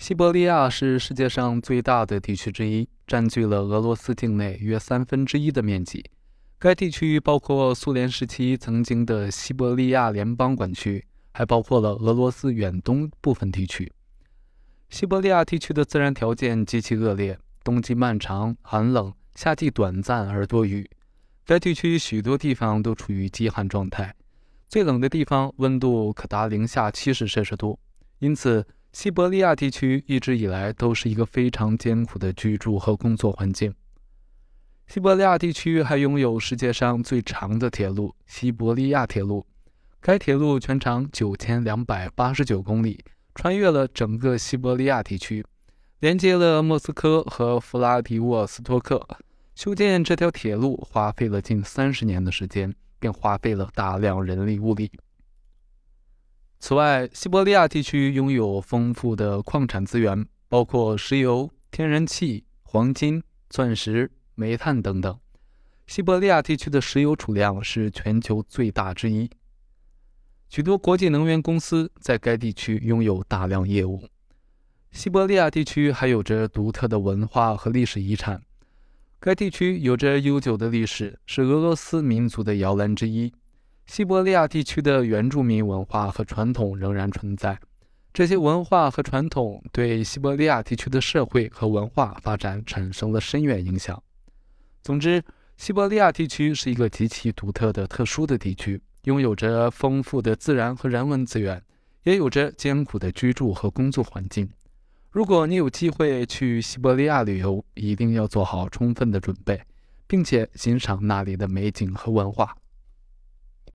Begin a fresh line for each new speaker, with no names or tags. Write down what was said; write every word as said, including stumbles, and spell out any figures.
西伯利亚是世界上最大的地区之一，占据了俄罗斯境内约三分之一的面积。该地区包括苏联时期曾经的西伯利亚联邦管区，还包括了俄罗斯远东部分地区。西伯利亚地区的自然条件极其恶劣，冬季漫长、寒冷，夏季短暂而多雨。该地区许多地方都处于极寒状态，最冷的地方温度可达零下七十摄氏度，因此西伯利亚地区一直以来都是一个非常艰苦的居住和工作环境。西伯利亚地区还拥有世界上最长的铁路——西伯利亚铁路。该铁路全长九千两百八十九公里，穿越了整个西伯利亚地区，连接了莫斯科和弗拉迪沃斯托克。修建这条铁路花费了近三十年的时间，并花费了大量人力物力。此外，西伯利亚地区拥有丰富的矿产资源，包括石油、天然气、黄金、钻石、煤炭等等。西伯利亚地区的石油储量是全球最大之一，许多国际能源公司在该地区拥有大量业务。西伯利亚地区还有着独特的文化和历史遗产，该地区有着悠久的历史，是俄罗斯民族的摇篮之一。西伯利亚地区的原住民文化和传统仍然存在，这些文化和传统对西伯利亚地区的社会和文化发展产生了深远影响。总之，西伯利亚地区是一个极其独特的特殊的地区，拥有着丰富的自然和人文资源，也有着艰苦的居住和工作环境。如果你有机会去西伯利亚旅游，一定要做好充分的准备，并且欣赏那里的美景和文化。